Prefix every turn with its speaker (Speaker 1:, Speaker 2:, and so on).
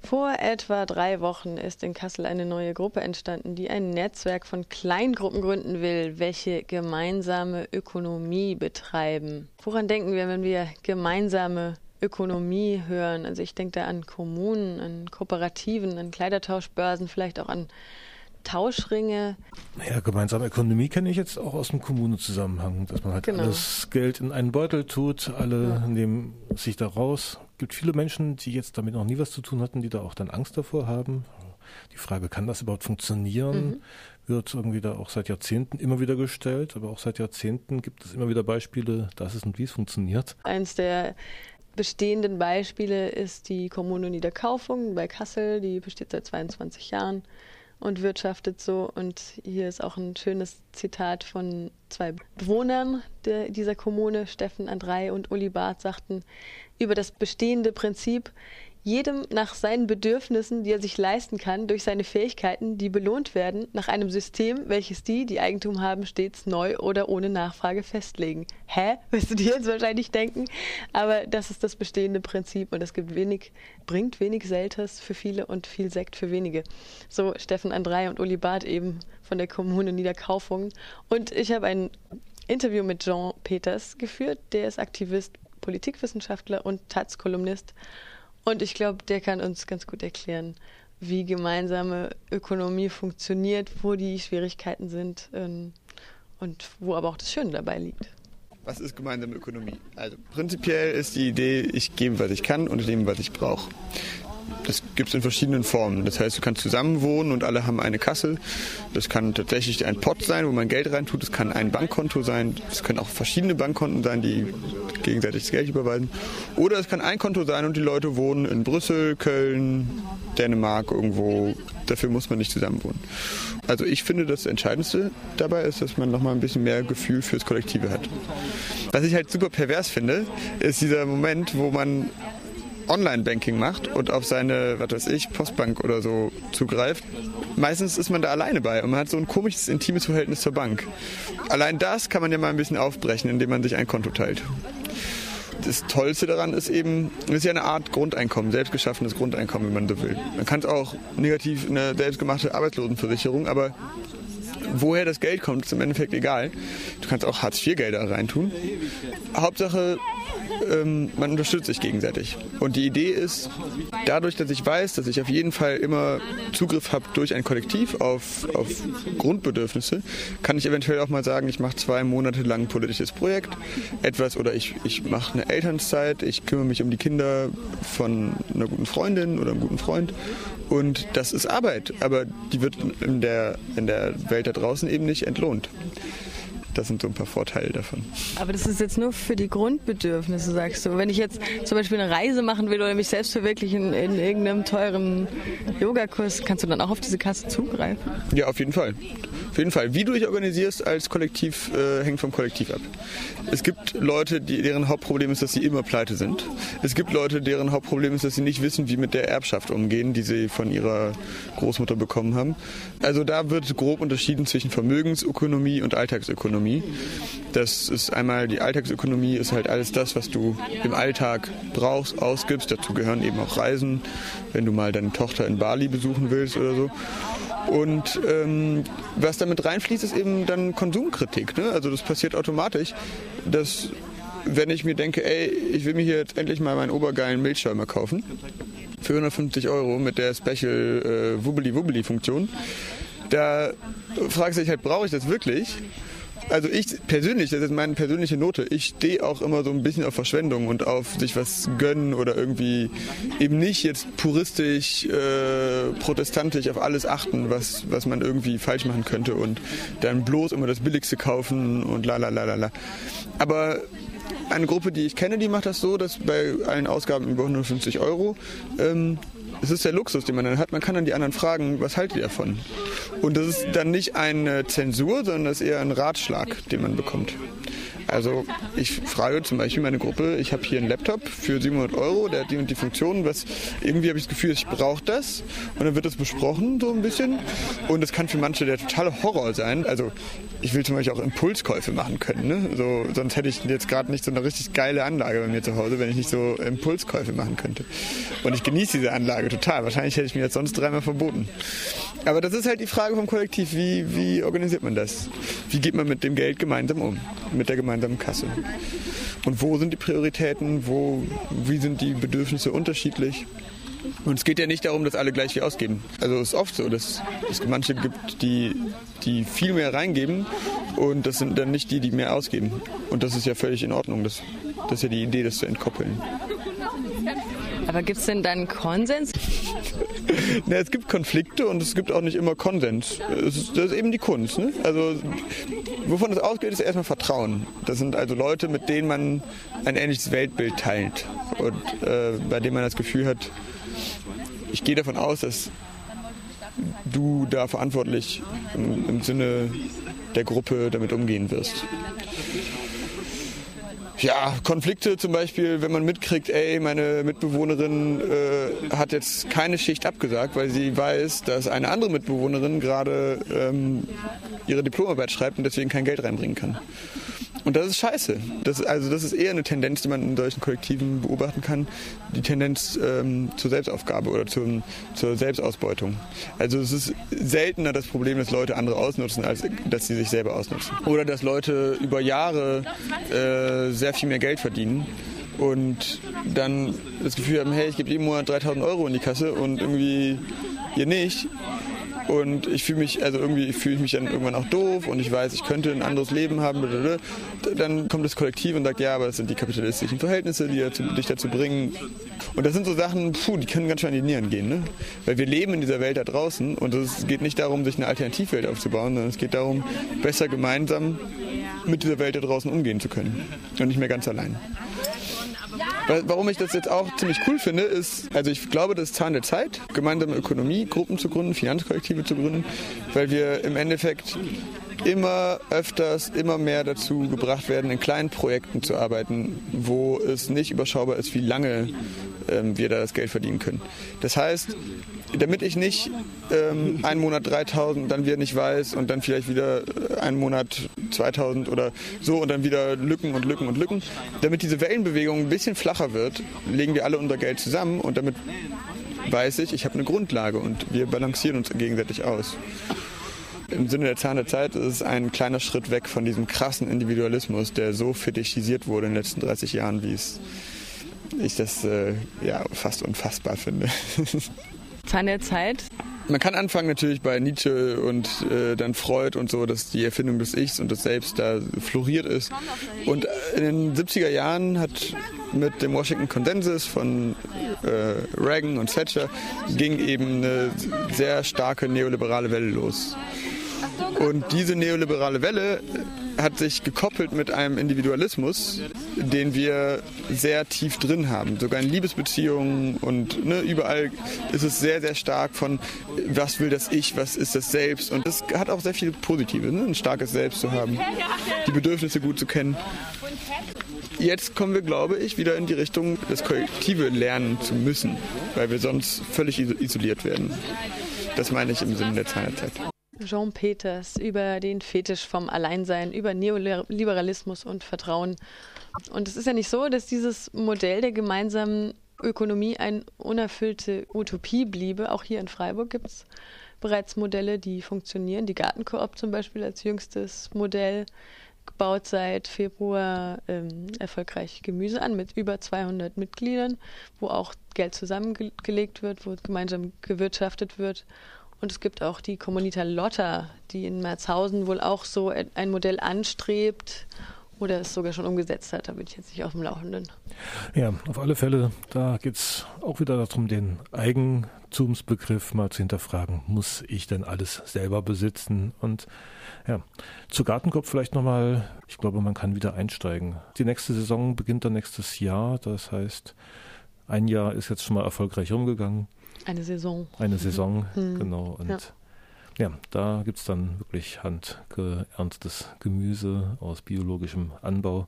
Speaker 1: Vor etwa 3 Wochen ist in Kassel eine neue Gruppe entstanden, die ein Netzwerk von Kleingruppen gründen will, welche gemeinsame Ökonomie betreiben. Woran denken wir, wenn wir gemeinsame Ökonomie hören? Also ich denke da an Kommunen, an Kooperativen, an Kleidertauschbörsen, vielleicht auch an Tauschringe.
Speaker 2: Ja, gemeinsame Ökonomie kenne ich jetzt auch aus dem Kommunenzusammenhang, dass man halt alles Geld in einen Beutel tut, alle nehmen sich da raus. Es gibt viele Menschen, die jetzt damit noch nie was zu tun hatten, die da auch dann Angst davor haben. Die Frage, kann das überhaupt funktionieren, wird irgendwie da auch seit Jahrzehnten immer wieder gestellt, aber auch seit Jahrzehnten gibt es immer wieder Beispiele, dass es und wie es funktioniert.
Speaker 1: Eins der bestehenden Beispiele ist die Kommune Niederkaufungen bei Kassel, die besteht seit 22 Jahren. Und wirtschaftet so. Und hier ist auch ein schönes Zitat von 2 Bewohnern dieser Kommune, Steffen Andrei und Uli Barth, sagten über das bestehende Prinzip: jedem nach seinen Bedürfnissen, die er sich leisten kann, durch seine Fähigkeiten, die belohnt werden, nach einem System, welches die Eigentum haben, stets neu oder ohne Nachfrage festlegen. Hä? Wirst du dir jetzt wahrscheinlich denken? Aber das ist das bestehende Prinzip und es bringt wenig Selters für viele und viel Sekt für wenige. So Steffen Andrei und Uli Barth eben von der Kommune Niederkaufungen. Und ich habe ein Interview mit Jean Peters geführt, der ist Aktivist, Politikwissenschaftler und Taz-Kolumnist. Und ich glaube, der kann uns ganz gut erklären, wie gemeinsame Ökonomie funktioniert, wo die Schwierigkeiten sind und wo aber auch das Schöne dabei liegt.
Speaker 3: Was ist gemeinsame Ökonomie? Also prinzipiell ist die Idee, ich gebe, was ich kann und nehme, was ich brauche. Das gibt es in verschiedenen Formen. Das heißt, du kannst zusammen wohnen und alle haben eine Kasse. Das kann tatsächlich ein Pot sein, wo man Geld reintut. Das kann ein Bankkonto sein. Es können auch verschiedene Bankkonten sein, die gegenseitig das Geld überweisen. Oder es kann ein Konto sein und die Leute wohnen in Brüssel, Köln, Dänemark irgendwo. Dafür muss man nicht zusammen wohnen. Also ich finde, das Entscheidendste dabei ist, dass man nochmal ein bisschen mehr Gefühl fürs Kollektive hat. Was ich halt super pervers finde, ist dieser Moment, wo man Online-Banking macht und auf seine, Postbank oder so zugreift. Meistens ist man da alleine bei und man hat so ein komisches, intimes Verhältnis zur Bank. Allein das kann man ja mal ein bisschen aufbrechen, indem man sich ein Konto teilt. Das Tollste daran ist eben, es ist ja eine Art Grundeinkommen, selbstgeschaffenes Grundeinkommen, wenn man so will. Man kann es auch negativ eine selbstgemachte Arbeitslosenversicherung, aber woher das Geld kommt, ist im Endeffekt egal. Du kannst auch Hartz-IV-Gelder reintun. Hauptsache, man unterstützt sich gegenseitig. Und die Idee ist, dadurch, dass ich weiß, dass ich auf jeden Fall immer Zugriff habe durch ein Kollektiv auf Grundbedürfnisse, kann ich eventuell auch mal sagen, ich mache 2 Monate lang ein politisches Projekt, oder ich mache eine Elternzeit, ich kümmere mich um die Kinder von einer guten Freundin oder einem guten Freund. Und das ist Arbeit, aber die wird in der Welt da draußen eben nicht entlohnt. Das sind so ein paar Vorteile davon.
Speaker 1: Aber das ist jetzt nur für die Grundbedürfnisse, sagst du. Wenn ich jetzt zum Beispiel eine Reise machen will oder mich selbst verwirklichen in irgendeinem teuren Yogakurs, kannst du dann auch auf diese Kasse zugreifen?
Speaker 3: Ja, auf jeden Fall. Auf jeden Fall. Wie du dich organisierst als Kollektiv, hängt vom Kollektiv ab. Es gibt Leute, deren Hauptproblem ist, dass sie immer pleite sind. Es gibt Leute, deren Hauptproblem ist, dass sie nicht wissen, wie mit der Erbschaft umgehen, die sie von ihrer Großmutter bekommen haben. Also da wird grob unterschieden zwischen Vermögensökonomie und Alltagsökonomie. Das ist einmal, die Alltagsökonomie ist halt alles das, was du im Alltag brauchst, ausgibst. Dazu gehören eben auch Reisen, wenn du mal deine Tochter in Bali besuchen willst oder so. Und was damit reinfließt, ist eben dann Konsumkritik. Ne? Also das passiert automatisch, dass wenn ich mir denke, ich will mir hier jetzt endlich mal meinen obergeilen Milchschäumer kaufen für 150 € mit der Special Wubbly-Wubbly-Funktion, da fragst du dich halt, brauche ich das wirklich? Also ich persönlich, das ist meine persönliche Note, ich stehe auch immer so ein bisschen auf Verschwendung und auf sich was gönnen oder irgendwie eben nicht jetzt puristisch, protestantisch auf alles achten, was man irgendwie falsch machen könnte und dann bloß immer das Billigste kaufen und la. Aber eine Gruppe, die ich kenne, die macht das so, dass bei allen Ausgaben über 150 €, es ist der Luxus, den man dann hat. Man kann dann die anderen fragen, was haltet ihr davon? Und das ist dann nicht eine Zensur, sondern das ist eher ein Ratschlag, den man bekommt. Also ich frage zum Beispiel meine Gruppe, ich habe hier einen Laptop für 700 €, der hat die und die Funktionen, irgendwie habe ich das Gefühl, ich brauche das und dann wird das besprochen so ein bisschen und das kann für manche der totale Horror sein. Also ich will zum Beispiel auch Impulskäufe machen können, ne? So, sonst hätte ich jetzt gerade nicht so eine richtig geile Anlage bei mir zu Hause, wenn ich nicht so Impulskäufe machen könnte. Und ich genieße diese Anlage total. Wahrscheinlich hätte ich mir das sonst 3-mal verboten. Aber das ist halt die Frage vom Kollektiv, wie organisiert man das? Wie geht man mit dem Geld gemeinsam um? Mit der gemeinsamen Kasse? Und wo sind die Prioritäten? Wie sind die Bedürfnisse unterschiedlich? Und es geht ja nicht darum, dass alle gleich viel ausgeben. Also es ist oft so, dass es manche gibt, die viel mehr reingeben und das sind dann nicht die mehr ausgeben. Und das ist ja völlig in Ordnung. Das ist ja die Idee, das zu entkoppeln.
Speaker 1: Aber gibt es denn dann Konsens?
Speaker 3: Na, es gibt Konflikte und es gibt auch nicht immer Konsens. Das ist eben die Kunst. Ne? Also wovon es ausgeht, ist erstmal Vertrauen. Das sind also Leute, mit denen man ein ähnliches Weltbild teilt und bei denen man das Gefühl hat, ich gehe davon aus, dass du da verantwortlich im Sinne der Gruppe damit umgehen wirst. Ja, Konflikte zum Beispiel, wenn man mitkriegt, meine Mitbewohnerin hat jetzt keine Schicht abgesagt, weil sie weiß, dass eine andere Mitbewohnerin gerade ihre Diplomarbeit schreibt und deswegen kein Geld reinbringen kann. Und das ist scheiße. Das ist eher eine Tendenz, die man in solchen Kollektiven beobachten kann, die Tendenz zur Selbstaufgabe oder zur Selbstausbeutung. Also es ist seltener das Problem, dass Leute andere ausnutzen, als dass sie sich selber ausnutzen. Oder dass Leute über Jahre sehr viel mehr Geld verdienen und dann das Gefühl haben, hey, ich gebe jeden Monat 3.000 € in die Kasse und irgendwie ihr nicht. Und ich fühle mich dann irgendwann auch doof und ich weiß, ich könnte ein anderes Leben haben. Dann kommt das Kollektiv und sagt, ja, aber das sind die kapitalistischen Verhältnisse, die dich dazu bringen. Und das sind so Sachen, die können ganz schön an die Nieren gehen. Ne? Weil wir leben in dieser Welt da draußen und es geht nicht darum, sich eine Alternativwelt aufzubauen, sondern es geht darum, besser gemeinsam mit dieser Welt da draußen umgehen zu können. Und nicht mehr ganz allein. Warum ich das jetzt auch ziemlich cool finde, ist, also ich glaube, das ist Zahn der Zeit, gemeinsame Ökonomie, Gruppen zu gründen, Finanzkollektive zu gründen, weil wir im Endeffekt immer mehr dazu gebracht werden, in kleinen Projekten zu arbeiten, wo es nicht überschaubar ist, wie lange wir da das Geld verdienen können. Das heißt, damit ich nicht einen Monat 3.000, dann wieder nicht weiß und dann vielleicht wieder einen Monat 2.000 oder so und dann wieder Lücken und Lücken und Lücken. Damit diese Wellenbewegung ein bisschen flacher wird, legen wir alle unser Geld zusammen und damit weiß ich habe eine Grundlage und wir balancieren uns gegenseitig aus. Im Sinne der Zahn der Zeit ist es ein kleiner Schritt weg von diesem krassen Individualismus, der so fetischisiert wurde in den letzten 30 Jahren, wie ich das fast unfassbar finde.
Speaker 1: Zahn der Zeit?
Speaker 3: Man kann anfangen natürlich bei Nietzsche und dann Freud und so, dass die Erfindung des Ichs und des Selbst da floriert ist. Und in den 70er Jahren hat mit dem Washington Consensus von Reagan und Thatcher ging eben eine sehr starke neoliberale Welle los. Und diese neoliberale Welle hat sich gekoppelt mit einem Individualismus, den wir sehr tief drin haben. Sogar in Liebesbeziehungen und überall ist es sehr, sehr stark von, was will das Ich, was ist das Selbst. Und das hat auch sehr viel Positives, ein starkes Selbst zu haben, die Bedürfnisse gut zu kennen. Jetzt kommen wir, glaube ich, wieder in die Richtung, das Kollektive lernen zu müssen, weil wir sonst völlig isoliert werden. Das meine ich im Sinne der Zahn der Zeit.
Speaker 1: Jean Peters über den Fetisch vom Alleinsein, über Neoliberalismus und Vertrauen. Und es ist ja nicht so, dass dieses Modell der gemeinsamen Ökonomie eine unerfüllte Utopie bliebe. Auch hier in Freiburg gibt es bereits Modelle, die funktionieren. Die Gartenkoop zum Beispiel als jüngstes Modell, gebaut seit Februar erfolgreich Gemüse an mit über 200 Mitgliedern, wo auch Geld zusammengelegt wird, wo gemeinsam gewirtschaftet wird. Und es gibt auch die Comunità Lotta, die in Merzhausen wohl auch so ein Modell anstrebt oder es sogar schon umgesetzt hat. Da bin ich jetzt nicht auf dem Laufenden.
Speaker 2: Ja, auf alle Fälle, da geht es auch wieder darum, den Eigentumsbegriff mal zu hinterfragen. Muss ich denn alles selber besitzen? Und ja, zu Gartenkoop vielleicht nochmal, ich glaube, man kann wieder einsteigen. Die nächste Saison beginnt dann nächstes Jahr, das heißt, ein Jahr ist jetzt schon mal erfolgreich rumgegangen.
Speaker 1: Eine Saison,
Speaker 2: genau. Und Ja, da gibt es dann wirklich handgeerntetes Gemüse aus biologischem Anbau.